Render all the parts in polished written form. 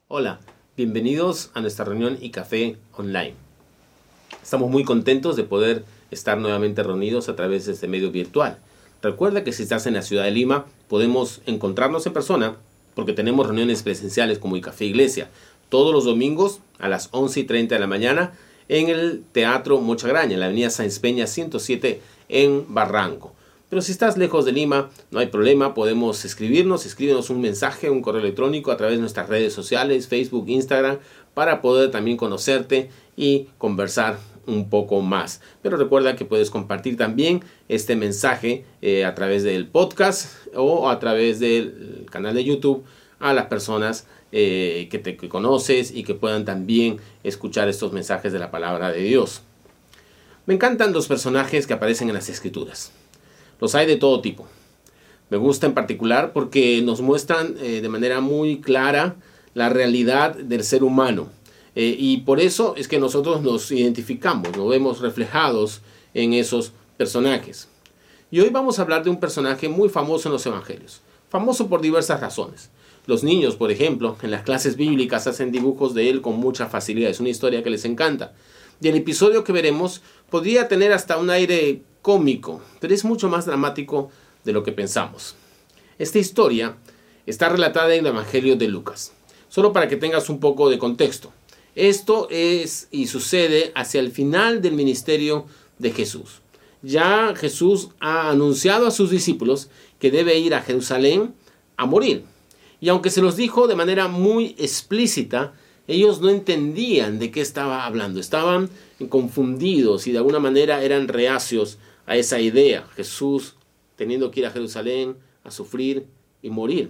Hola, bienvenidos a nuestra reunión y café online. Estamos muy contentos de poder estar nuevamente reunidos a través de este medio virtual. Recuerda que si estás en la ciudad de Lima, podemos encontrarnos en persona porque tenemos reuniones presenciales como Café Iglesia todos los domingos a las 11:30 de la mañana en el Teatro Mochagraña, en la avenida Sáenz Peña 107 en Barranco. Pero si estás lejos de Lima, no hay problema, podemos escribirnos un mensaje, un correo electrónico a través de nuestras redes sociales, Facebook, Instagram, para poder también conocerte y conversar un poco más. Pero recuerda que puedes compartir también este mensaje a través del podcast o a través del canal de YouTube a las personas que conoces y que puedan también escuchar estos mensajes de la palabra de Dios. Me encantan los personajes que aparecen en las Escrituras. Los hay de todo tipo. Me gusta en particular porque nos muestran de manera muy clara la realidad del ser humano. Y por eso es que nosotros nos identificamos, nos vemos reflejados en esos personajes. Y hoy vamos a hablar de un personaje muy famoso en los evangelios. Famoso por diversas razones. Los niños, por ejemplo, en las clases bíblicas hacen dibujos de él con mucha facilidad. Es una historia que les encanta. Y el episodio que veremos podría tener hasta un aire cómico, pero es mucho más dramático de lo que pensamos. Esta historia está relatada en el Evangelio de Lucas. Solo para que tengas un poco de contexto. Esto es y sucede hacia el final del ministerio de Jesús. Ya Jesús ha anunciado a sus discípulos que debe ir a Jerusalén a morir. Y aunque se los dijo de manera muy explícita, ellos no entendían de qué estaba hablando. Estaban confundidos y de alguna manera eran reacios a esa idea. Jesús teniendo que ir a Jerusalén a sufrir y morir.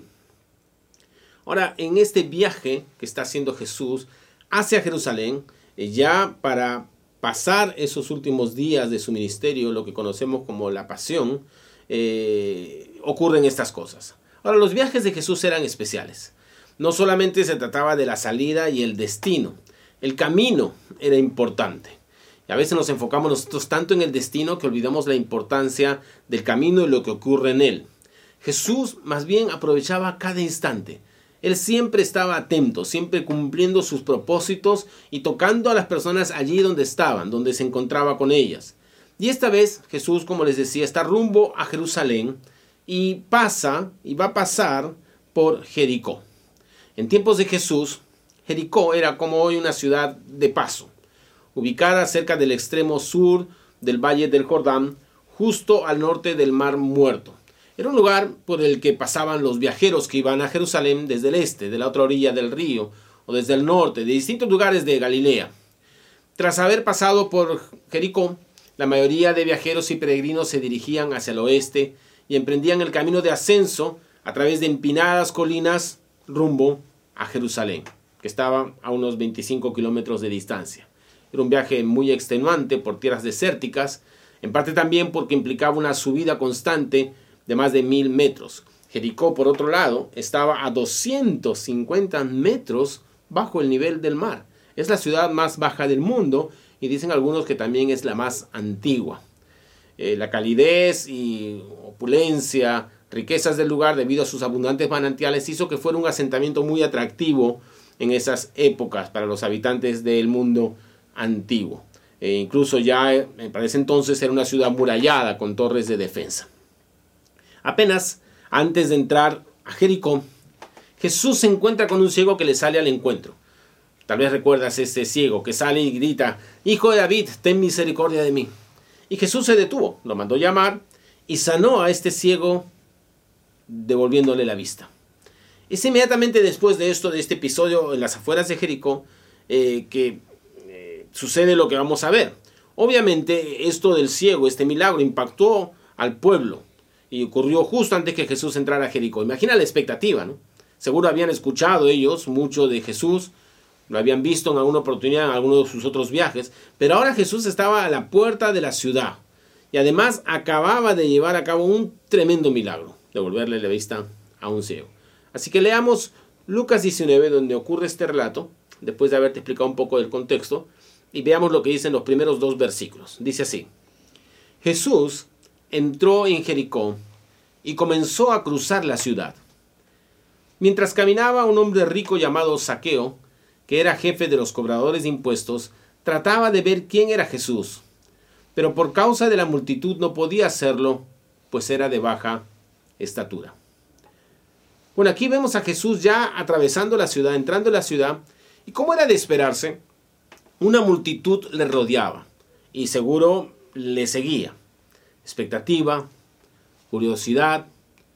Ahora, en este viaje que está haciendo Jesús hacia Jerusalén, ya para pasar esos últimos días de su ministerio, lo que conocemos como la pasión, ocurren estas cosas. Ahora, los viajes de Jesús eran especiales. No solamente se trataba de la salida y el destino, el camino era importante. Y a veces nos enfocamos nosotros tanto en el destino que olvidamos la importancia del camino y lo que ocurre en él. Jesús más bien aprovechaba cada instante. Él siempre estaba atento, siempre cumpliendo sus propósitos y tocando a las personas allí donde estaban, donde se encontraba con ellas. Y esta vez Jesús, como les decía, está rumbo a Jerusalén y va a pasar por Jericó. En tiempos de Jesús, Jericó era como hoy una ciudad de paso, ubicada cerca del extremo sur del Valle del Jordán, justo al norte del Mar Muerto. Era un lugar por el que pasaban los viajeros que iban a Jerusalén desde el este, de la otra orilla del río, o desde el norte, de distintos lugares de Galilea. Tras haber pasado por Jericó, la mayoría de viajeros y peregrinos se dirigían hacia el oeste y emprendían el camino de ascenso a través de empinadas colinas rumbo a Jerusalén, que estaba a unos 25 kilómetros de distancia. Era un viaje muy extenuante por tierras desérticas, en parte también porque implicaba una subida constante de más de 1000 metros. Jericó, por otro lado, estaba a 250 metros bajo el nivel del mar. Es la ciudad más baja del mundo y dicen algunos que también es la más antigua. La calidez y opulencia, riquezas del lugar debido a sus abundantes manantiales hizo que fuera un asentamiento muy atractivo en esas épocas para los habitantes del mundo antiguo. Incluso ya para ese entonces era una ciudad murallada con torres de defensa. Apenas antes de entrar a Jericó, Jesús se encuentra con un ciego que le sale al encuentro. Tal vez recuerdas ese ciego que sale y grita: «Hijo de David, ten misericordia de mí». Y Jesús se detuvo, lo mandó llamar y sanó a este ciego devolviéndole la vista. Es inmediatamente después de esto, de este episodio en las afueras de Jericó, que sucede lo que vamos a ver. Obviamente esto del ciego, este milagro, impactó al pueblo y ocurrió justo antes que Jesús entrara a Jericó. Imagina la expectativa, ¿no? Seguro habían escuchado ellos mucho de Jesús, lo habían visto en alguna oportunidad en alguno de sus otros viajes, pero ahora Jesús estaba a la puerta de la ciudad y además acababa de llevar a cabo un tremendo milagro, devolverle la vista a un ciego. Así que leamos Lucas 19, donde ocurre este relato, después de haberte explicado un poco del contexto, y veamos lo que dicen los primeros 2 versículos. Dice así: Jesús entró en Jericó y comenzó a cruzar la ciudad. Mientras caminaba, un hombre rico llamado Zaqueo, que era jefe de los cobradores de impuestos, trataba de ver quién era Jesús, pero por causa de la multitud no podía hacerlo, pues era de baja estatura. Bueno, aquí vemos a Jesús ya atravesando la ciudad, entrando en la ciudad, y como era de esperarse, una multitud le rodeaba y seguro le seguía. Expectativa, curiosidad,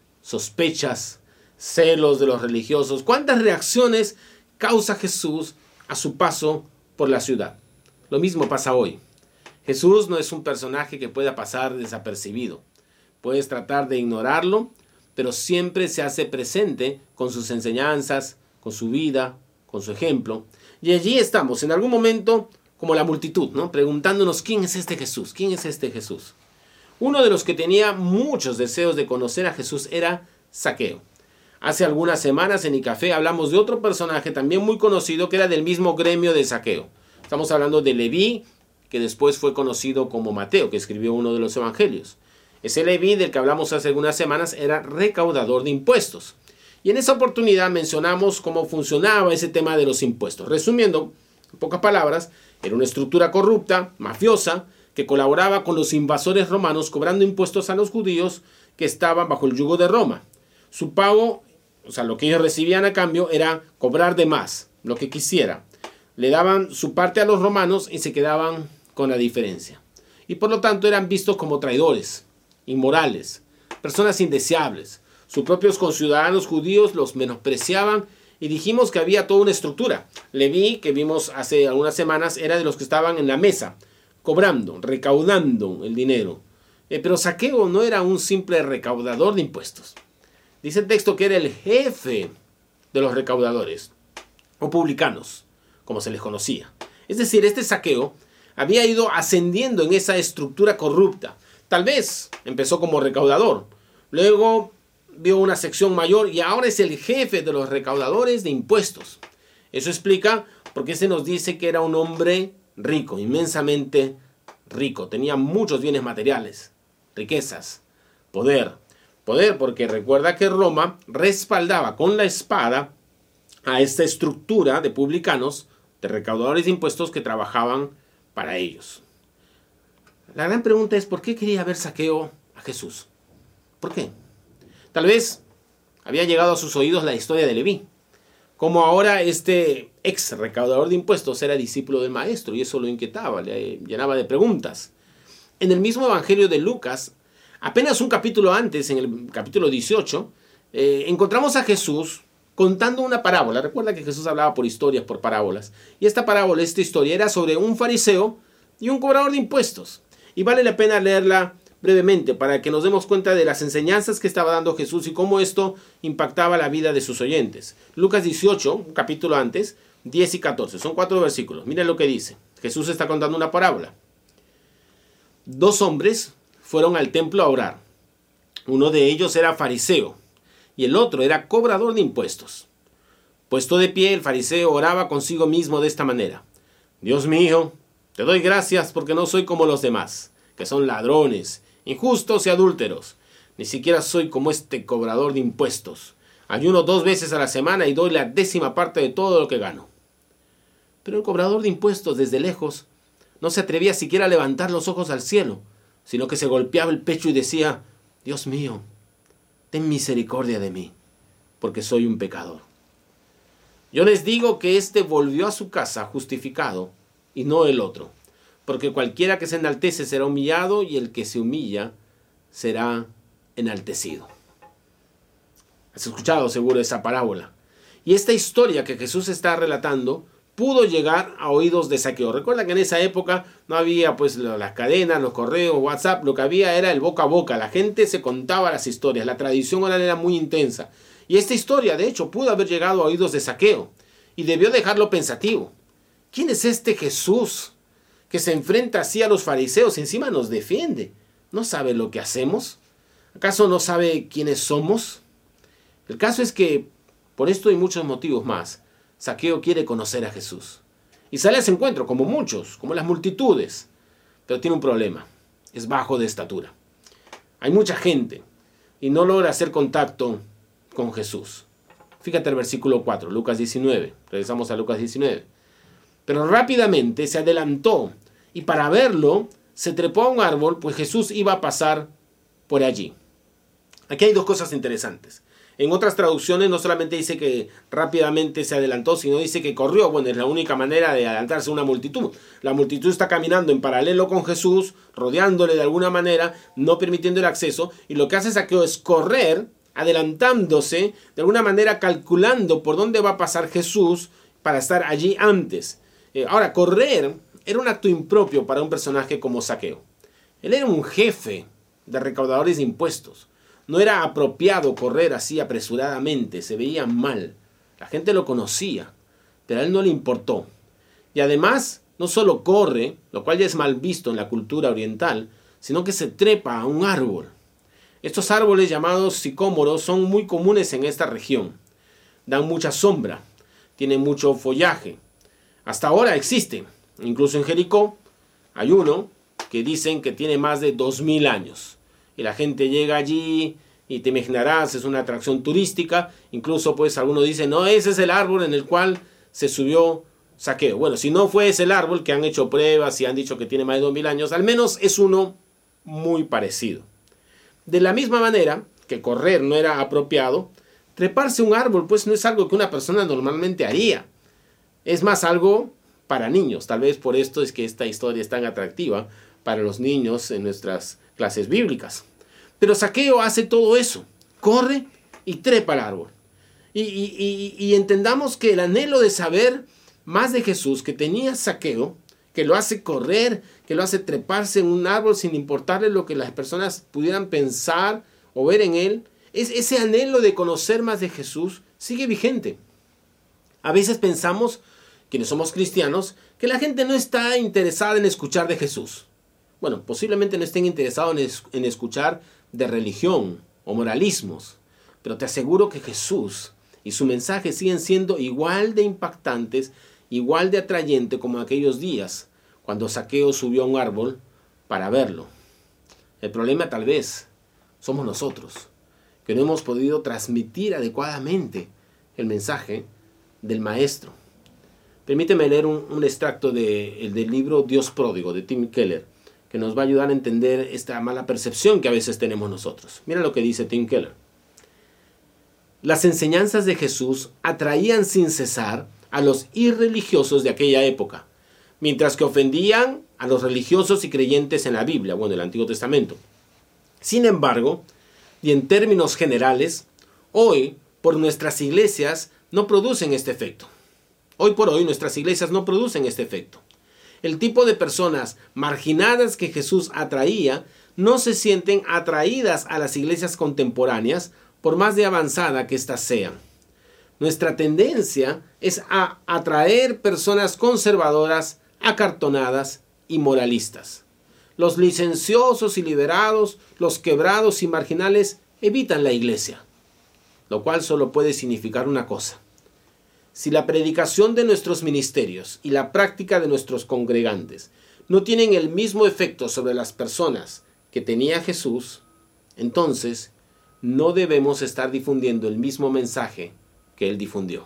sospechas, celos de los religiosos. ¿Cuántas reacciones causa Jesús a su paso por la ciudad? Lo mismo pasa hoy. Jesús no es un personaje que pueda pasar desapercibido. Puedes tratar de ignorarlo, pero siempre se hace presente con sus enseñanzas, con su vida, con su ejemplo. Y allí estamos, en algún momento, como la multitud, ¿no? Preguntándonos, ¿quién es este Jesús? ¿Quién es este Jesús? Uno de los que tenía muchos deseos de conocer a Jesús era Zaqueo. Hace algunas semanas en Icafé hablamos de otro personaje también muy conocido que era del mismo gremio de Zaqueo. Estamos hablando de Leví, que después fue conocido como Mateo, que escribió uno de los evangelios. Ese Leví del que hablamos hace algunas semanas era recaudador de impuestos. Y en esa oportunidad mencionamos cómo funcionaba ese tema de los impuestos. Resumiendo, en pocas palabras, era una estructura corrupta, mafiosa, que colaboraba con los invasores romanos cobrando impuestos a los judíos que estaban bajo el yugo de Roma. Su pago, o sea, lo que ellos recibían a cambio era cobrar de más, lo que quisiera. Le daban su parte a los romanos y se quedaban con la diferencia. Y por lo tanto eran vistos como traidores, inmorales, personas indeseables. Sus propios conciudadanos judíos los menospreciaban y dijimos que había toda una estructura. Leví, que vimos hace algunas semanas, era de los que estaban en la mesa, cobrando, recaudando el dinero. Pero Zaqueo no era un simple recaudador de impuestos. Dice el texto que era el jefe de los recaudadores, o publicanos, como se les conocía. Es decir, este Zaqueo había ido ascendiendo en esa estructura corrupta. Tal vez empezó como recaudador, luego vio una sección mayor y ahora es el jefe de los recaudadores de impuestos. Eso explica por qué se nos dice que era un hombre rico, inmensamente rico. Tenía muchos bienes materiales, riquezas, poder. Poder porque recuerda que Roma respaldaba con la espada a esta estructura de publicanos, de recaudadores de impuestos que trabajaban para ellos. La gran pregunta es, ¿por qué quería ver Zaqueo a Jesús? ¿Por qué? Tal vez había llegado a sus oídos la historia de Leví, como ahora este ex recaudador de impuestos era discípulo del maestro y eso lo inquietaba, le llenaba de preguntas. En el mismo evangelio de Lucas, apenas un capítulo antes, en el capítulo 18, encontramos a Jesús contando una parábola. Recuerda que Jesús hablaba por historias, por parábolas. Y esta parábola, esta historia era sobre un fariseo y un cobrador de impuestos. Y vale la pena leerla brevemente para que nos demos cuenta de las enseñanzas que estaba dando Jesús y cómo esto impactaba la vida de sus oyentes. Lucas 18, un capítulo antes, 10 y 14. Son 4 versículos. Miren lo que dice. Jesús está contando una parábola. 2 hombres fueron al templo a orar. Uno de ellos era fariseo y el otro era cobrador de impuestos. Puesto de pie, el fariseo oraba consigo mismo de esta manera: Dios mío, te doy gracias porque no soy como los demás, que son ladrones, injustos y adúlteros. Ni siquiera soy como este cobrador de impuestos. Ayuno 2 veces a la semana y doy la 10ª parte de todo lo que gano. Pero el cobrador de impuestos, desde lejos, no se atrevía siquiera a levantar los ojos al cielo, sino que se golpeaba el pecho y decía: Dios mío, ten misericordia de mí, porque soy un pecador. Yo les digo que éste volvió a su casa justificado y no el otro, porque cualquiera que se enaltece será humillado y el que se humilla será enaltecido. Has escuchado seguro esa parábola. Y esta historia que Jesús está relatando pudo llegar a oídos de Zaqueo. Recuerda que en esa época no había pues las cadenas, los correos, WhatsApp. Lo que había era el boca a boca. La gente se contaba las historias. La tradición oral era muy intensa. Y esta historia, de hecho, pudo haber llegado a oídos de Zaqueo. Y debió dejarlo pensativo. ¿Quién es este Jesús que se enfrenta así a los fariseos y encima nos defiende? ¿No sabe lo que hacemos? ¿Acaso no sabe quiénes somos? El caso es que, por esto y muchos motivos más, Zaqueo quiere conocer a Jesús. Y sale a ese encuentro, como muchos, como las multitudes. Pero tiene un problema. Es bajo de estatura. Hay mucha gente y no logra hacer contacto con Jesús. Fíjate el versículo 4, Lucas 19. Regresamos a Lucas 19. Pero rápidamente se adelantó y para verlo se trepó a un árbol, pues Jesús iba a pasar por allí. Aquí hay dos cosas interesantes. En otras traducciones no solamente dice que rápidamente se adelantó, sino dice que corrió. Bueno, es la única manera de adelantarse a una multitud. La multitud está caminando en paralelo con Jesús, rodeándole de alguna manera, no permitiendo el acceso. Y lo que hace Zaqueo es correr, adelantándose, de alguna manera calculando por dónde va a pasar Jesús para estar allí antes. Ahora, correr era un acto impropio para un personaje como Zaqueo. Él era un jefe de recaudadores de impuestos. No era apropiado correr así apresuradamente, se veía mal. La gente lo conocía, pero a él no le importó. Y además, no solo corre, lo cual ya es mal visto en la cultura oriental, sino que se trepa a un árbol. Estos árboles llamados sicómoros son muy comunes en esta región. Dan mucha sombra, tienen mucho follaje. Hasta ahora existen. Incluso en Jericó hay uno que dicen que tiene más de 2000 años. Y la gente llega allí y te imaginarás, es una atracción turística. Incluso pues algunos dicen, no, ese es el árbol en el cual se subió Zaqueo. Bueno, si no fue ese el árbol que han hecho pruebas y han dicho que tiene más de 2000 años, al menos es uno muy parecido. De la misma manera que correr no era apropiado, treparse a un árbol pues no es algo que una persona normalmente haría. Es más algo para niños. Tal vez por esto es que esta historia es tan atractiva para los niños en nuestras clases bíblicas. Pero Zaqueo hace todo eso. Corre y trepa al árbol. Y entendamos que el anhelo de saber más de Jesús que tenía Zaqueo, que lo hace correr, que lo hace treparse en un árbol sin importarle lo que las personas pudieran pensar o ver en él, ese anhelo de conocer más de Jesús sigue vigente. A veces pensamos, quienes somos cristianos, que la gente no está interesada en escuchar de Jesús. Bueno, posiblemente no estén interesados en escuchar de religión o moralismos, pero te aseguro que Jesús y su mensaje siguen siendo igual de impactantes, igual de atrayente como aquellos días cuando Zaqueo subió a un árbol para verlo. El problema tal vez somos nosotros, que no hemos podido transmitir adecuadamente el mensaje del Maestro. Permíteme leer un extracto del libro Dios Pródigo de Tim Keller, que nos va a ayudar a entender esta mala percepción que a veces tenemos nosotros. Mira lo que dice Tim Keller. Las enseñanzas de Jesús atraían sin cesar a los irreligiosos de aquella época, mientras que ofendían a los religiosos y creyentes en la Biblia, bueno, el Antiguo Testamento. Sin embargo, y en términos generales, hoy por nuestras iglesias no producen este efecto. Hoy por hoy nuestras iglesias no producen este efecto. El tipo de personas marginadas que Jesús atraía no se sienten atraídas a las iglesias contemporáneas por más de avanzada que éstas sean. Nuestra tendencia es a atraer personas conservadoras, acartonadas y moralistas. Los licenciosos y liberados, los quebrados y marginales evitan la iglesia, lo cual solo puede significar una cosa. Si la predicación de nuestros ministerios y la práctica de nuestros congregantes no tienen el mismo efecto sobre las personas que tenía Jesús, entonces no debemos estar difundiendo el mismo mensaje que él difundió.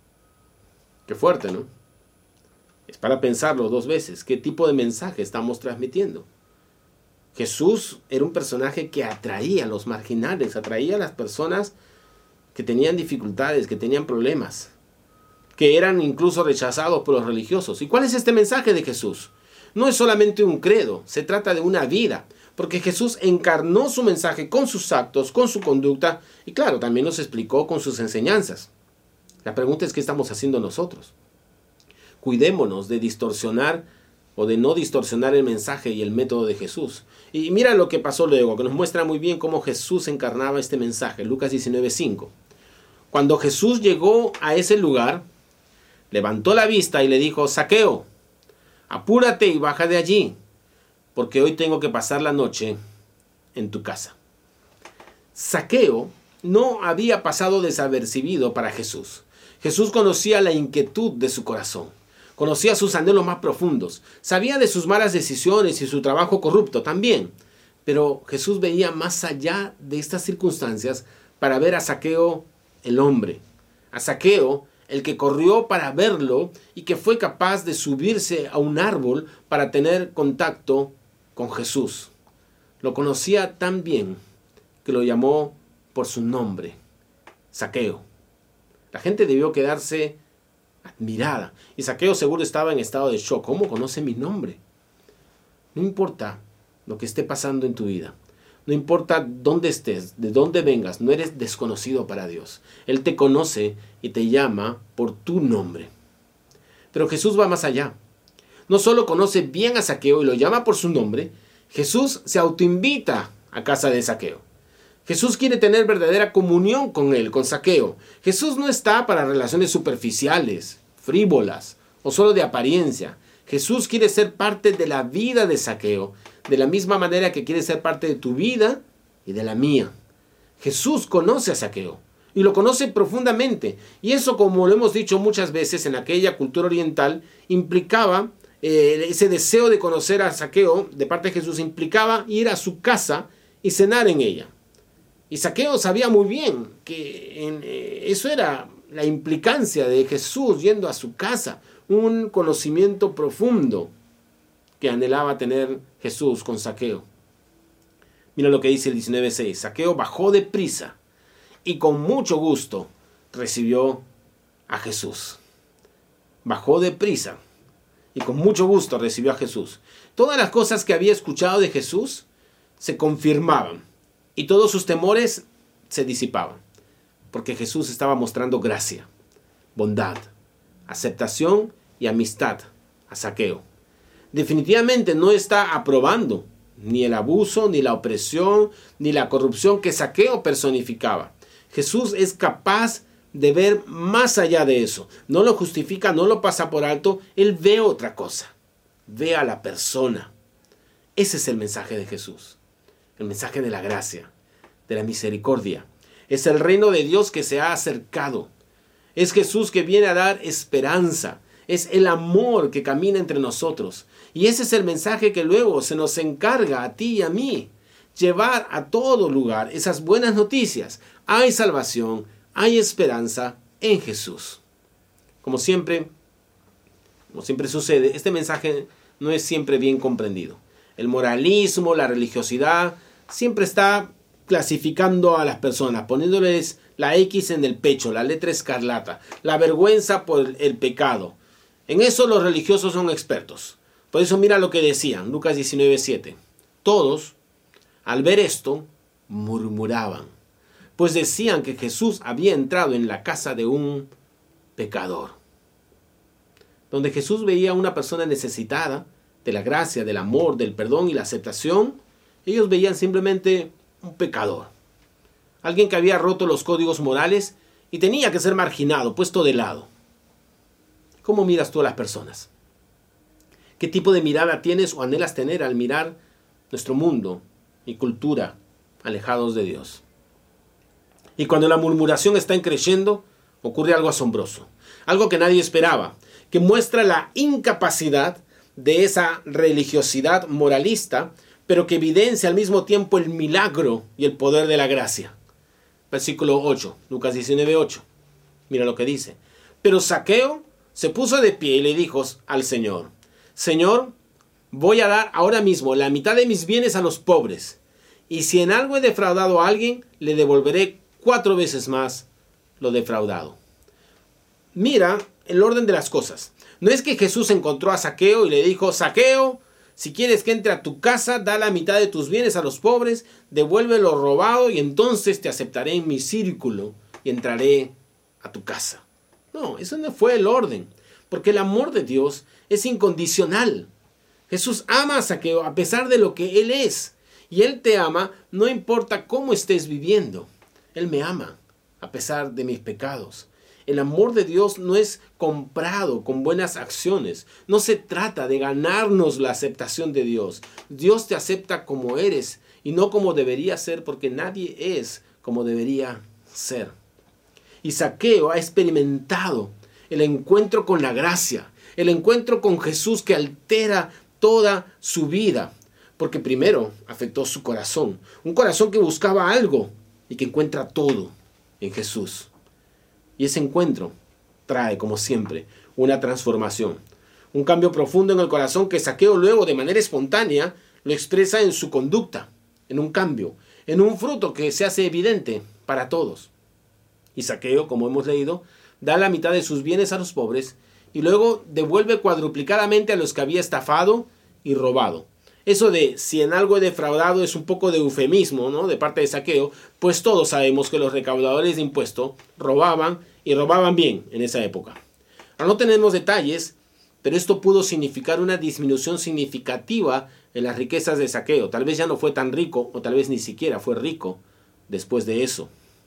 Qué fuerte, ¿no? Es para pensarlo dos veces. ¿Qué tipo de mensaje estamos transmitiendo? Jesús era un personaje que atraía a los marginales, atraía a las personas que tenían dificultades, que tenían problemas, que eran incluso rechazados por los religiosos. ¿Y cuál es este mensaje de Jesús? No es solamente un credo, se trata de una vida, porque Jesús encarnó su mensaje con sus actos, con su conducta, y claro, también nos explicó con sus enseñanzas. La pregunta es, ¿qué estamos haciendo nosotros? Cuidémonos de distorsionar o de no distorsionar el mensaje y el método de Jesús. Y mira lo que pasó luego, que nos muestra muy bien cómo Jesús encarnaba este mensaje. Lucas 19:5. Cuando Jesús llegó a ese lugar, levantó la vista y le dijo: Zaqueo, apúrate y baja de allí, porque hoy tengo que pasar la noche en tu casa. Zaqueo no había pasado desapercibido para Jesús. Jesús conocía la inquietud de su corazón, conocía sus anhelos más profundos, sabía de sus malas decisiones y su trabajo corrupto también, pero Jesús veía más allá de estas circunstancias para ver a Zaqueo el hombre, A Zaqueo, el que corrió para verlo y que fue capaz de subirse a un árbol para tener contacto con Jesús. Lo conocía tan bien que lo llamó por su nombre, Zaqueo. La gente debió quedarse admirada y Zaqueo seguro estaba en estado de shock. ¿Cómo conoce mi nombre? No importa lo que esté pasando en tu vida. No importa dónde estés, de dónde vengas, no eres desconocido para Dios. Él te conoce y te llama por tu nombre. Pero Jesús va más allá. No solo conoce bien a Zaqueo y lo llama por su nombre, Jesús se autoinvita a casa de Zaqueo. Jesús quiere tener verdadera comunión con él, con Zaqueo. Jesús no está para relaciones superficiales, frívolas o solo de apariencia. Jesús quiere ser parte de la vida de Zaqueo, de la misma manera que quiere ser parte de tu vida y de la mía. Jesús conoce a Zaqueo y lo conoce profundamente. Y eso, como lo hemos dicho muchas veces en aquella cultura oriental, implicaba ese deseo de conocer a Zaqueo de parte de Jesús, implicaba ir a su casa y cenar en ella. Y Zaqueo sabía muy bien que eso era la implicancia de Jesús yendo a su casa, un conocimiento profundo que anhelaba tener Jesús con Zaqueo. Mira lo que dice el 19:6. Zaqueo bajó de prisa y con mucho gusto recibió a Jesús. Bajó de prisa y con mucho gusto recibió a Jesús. Todas las cosas que había escuchado de Jesús se confirmaban y todos sus temores se disipaban, porque Jesús estaba mostrando gracia, bondad, aceptación y amistad a Zaqueo. Definitivamente no está aprobando ni el abuso, ni la opresión, ni la corrupción que Zaqueo personificaba. Jesús es capaz de ver más allá de eso. No lo justifica, no lo pasa por alto. Él ve otra cosa. Ve a la persona. Ese es el mensaje de Jesús. El mensaje de la gracia, de la misericordia. Es el reino de Dios que se ha acercado. Es Jesús que viene a dar esperanza. Es el amor que camina entre nosotros. Y ese es el mensaje que luego se nos encarga a ti y a mí. Llevar a todo lugar esas buenas noticias. Hay salvación, hay esperanza en Jesús. Como siempre sucede, este mensaje no es siempre bien comprendido. El moralismo, la religiosidad, siempre está clasificando a las personas, poniéndoles la X en el pecho, la letra escarlata, la vergüenza por el pecado. En eso los religiosos son expertos. Por eso mira lo que decían, Lucas 19:7. Todos, al ver esto, murmuraban, pues decían que Jesús había entrado en la casa de un pecador. Donde Jesús veía a una persona necesitada de la gracia, del amor, del perdón y la aceptación, ellos veían simplemente un pecador. Alguien que había roto los códigos morales y tenía que ser marginado, puesto de lado. ¿Cómo miras tú a las personas? ¿Qué tipo de mirada tienes o anhelas tener al mirar nuestro mundo y cultura alejados de Dios? Y cuando la murmuración está creciendo, ocurre algo asombroso, algo que nadie esperaba, que muestra la incapacidad de esa religiosidad moralista, pero que evidencia al mismo tiempo el milagro y el poder de la gracia. Versículo 8, Lucas 19:8. Mira lo que dice. Pero Zaqueo se puso de pie y le dijo al Señor: Señor, voy a dar ahora mismo la mitad de mis bienes a los pobres, y si en algo he defraudado a alguien, le devolveré 4 veces más lo defraudado. Mira el orden de las cosas. No es que Jesús encontró a Zaqueo y le dijo: Zaqueo, si quieres que entre a tu casa, da la mitad de tus bienes a los pobres, devuelve lo robado y entonces te aceptaré en mi círculo y entraré a tu casa. No, eso no fue el orden, porque el amor de Dios es incondicional. Jesús ama a Zaqueo a pesar de lo que él es, y él te ama no importa cómo estés viviendo. Él me ama a pesar de mis pecados. El amor de Dios no es comprado con buenas acciones. No se trata de ganarnos la aceptación de Dios. Dios te acepta como eres y no como debería ser, porque nadie es como debería ser. Y Zaqueo ha experimentado el encuentro con la gracia, el encuentro con Jesús que altera toda su vida, porque primero afectó su corazón, un corazón que buscaba algo y que encuentra todo en Jesús. Y ese encuentro trae, como siempre, una transformación. Un cambio profundo en el corazón que Zaqueo luego, de manera espontánea, lo expresa en su conducta, en un cambio, en un fruto que se hace evidente para todos. Y Zaqueo, como hemos leído, da la mitad de sus bienes a los pobres y luego devuelve cuadruplicadamente a los que había estafado y robado. Eso de si en algo he defraudado es un poco de eufemismo, ¿no?, de parte de Zaqueo, pues todos sabemos que los recaudadores de impuestos robaban y robaban bien en esa época. Ahora no tenemos detalles, pero esto pudo significar una disminución significativa en las riquezas de Zaqueo. Tal vez ya no fue tan rico, o tal vez ni siquiera fue rico después de eso.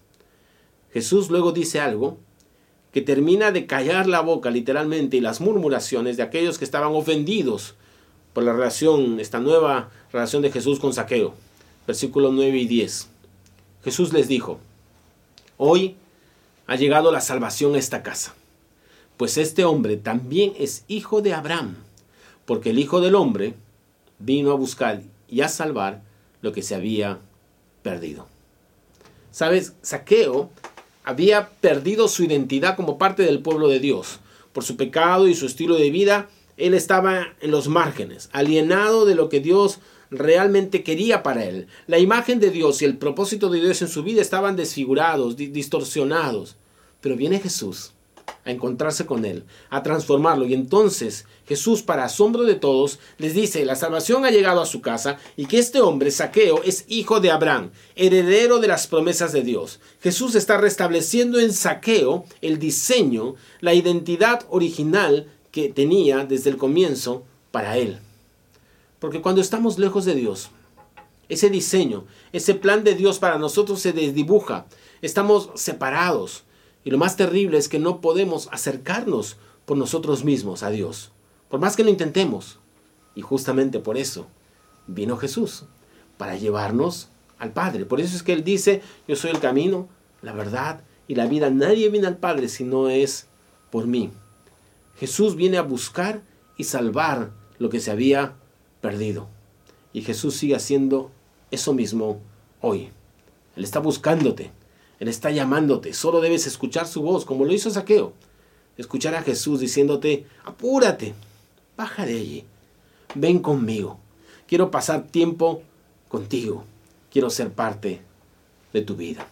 Jesús luego dice algo que termina de callar la boca literalmente y las murmuraciones de aquellos que estaban ofendidos por la relación, esta nueva relación de Jesús con Zaqueo. Versículos 9 y 10. Jesús les dijo: hoy ha llegado la salvación a esta casa, pues este hombre también es hijo de Abraham, porque el Hijo del Hombre vino a buscar y a salvar lo que se había perdido. ¿Sabes? Zaqueo había perdido su identidad como parte del pueblo de Dios. Por su pecado y su estilo de vida, él estaba en los márgenes, alienado de lo que Dios realmente quería para él. La imagen de Dios y el propósito de Dios en su vida estaban desfigurados, distorsionados. Pero viene Jesús a encontrarse con él, a transformarlo. Y entonces Jesús, para asombro de todos, les dice: la salvación ha llegado a su casa y que este hombre, Zaqueo, es hijo de Abraham, heredero de las promesas de Dios. Jesús está restableciendo en Zaqueo el diseño, la identidad original que tenía desde el comienzo para él. Porque cuando estamos lejos de Dios, ese diseño, ese plan de Dios para nosotros se desdibuja. Estamos separados. Y lo más terrible es que no podemos acercarnos por nosotros mismos a Dios, por más que lo intentemos. Y justamente por eso vino Jesús, para llevarnos al Padre. Por eso es que Él dice: yo soy el camino, la verdad y la vida. Nadie viene al Padre si no es por mí. Jesús viene a buscar y salvar lo que se había perdido. Y Jesús sigue haciendo eso mismo hoy. Él está buscándote. Él está llamándote. Solo debes escuchar su voz, como lo hizo Zaqueo. Escuchar a Jesús diciéndote: apúrate, baja de allí, ven conmigo. Quiero pasar tiempo contigo. Quiero ser parte de tu vida.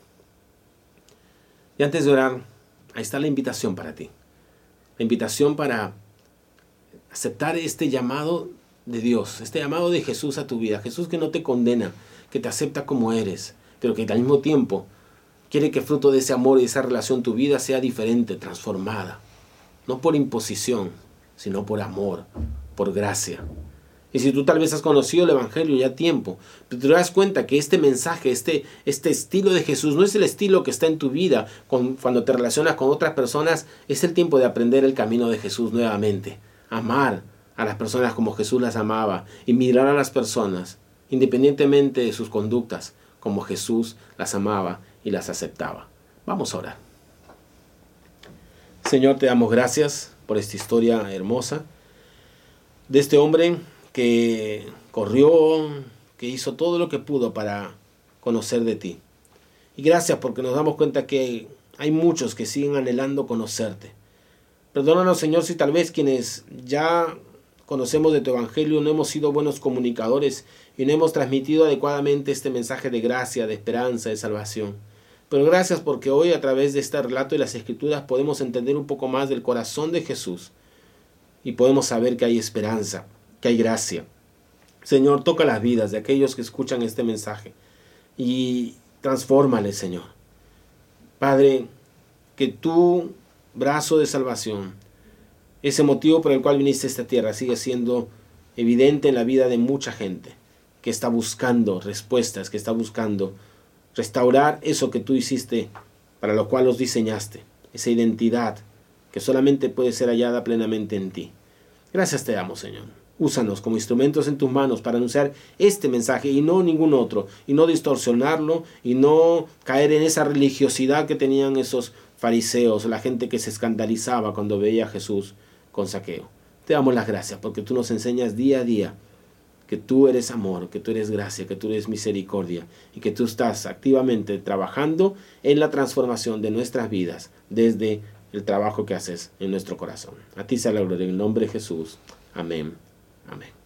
Y antes de orar, ahí está la invitación para ti. La invitación para aceptar este llamado de Dios, este llamado de Jesús a tu vida. Jesús que no te condena, que te acepta como eres, pero que al mismo tiempo quiere que fruto de ese amor y esa relación tu vida sea diferente, transformada. No por imposición, sino por amor, por gracia. Y si tú tal vez has conocido el Evangelio ya tiempo, pero te das cuenta que este mensaje, este estilo de Jesús no es el estilo que está en tu vida cuando te relacionas con otras personas. Es el tiempo de aprender el camino de Jesús nuevamente. Amar a las personas como Jesús las amaba y mirar a las personas, independientemente de sus conductas, como Jesús las amaba y las aceptaba. Vamos a orar. Señor, te damos gracias por esta historia hermosa de este hombre que corrió, que hizo todo lo que pudo para conocer de ti. Y gracias porque nos damos cuenta que hay muchos que siguen anhelando conocerte. Perdónanos, Señor, si tal vez quienes ya conocemos de tu Evangelio no hemos sido buenos comunicadores y no hemos transmitido adecuadamente este mensaje de gracia, de esperanza, de salvación. Pero gracias porque hoy a través de este relato de las Escrituras podemos entender un poco más del corazón de Jesús y podemos saber que hay esperanza, que hay gracia. Señor, toca las vidas de aquellos que escuchan este mensaje y transfórmales, Señor. Padre, que tu brazo de salvación, ese motivo por el cual viniste a esta tierra, sigue siendo evidente en la vida de mucha gente que está buscando respuestas, que está buscando restaurar eso que tú hiciste, para lo cual los diseñaste, esa identidad que solamente puede ser hallada plenamente en ti. Gracias te damos, Señor. Úsanos como instrumentos en tus manos para anunciar este mensaje y no ningún otro, y no distorsionarlo, y no caer en esa religiosidad que tenían esos fariseos, la gente que se escandalizaba cuando veía a Jesús con Zaqueo. Te damos las gracias porque tú nos enseñas día a día que tú eres amor, que tú eres gracia, que tú eres misericordia y que tú estás activamente trabajando en la transformación de nuestras vidas desde el trabajo que haces en nuestro corazón. A ti sea la gloria en el nombre de Jesús. Amén. Amén.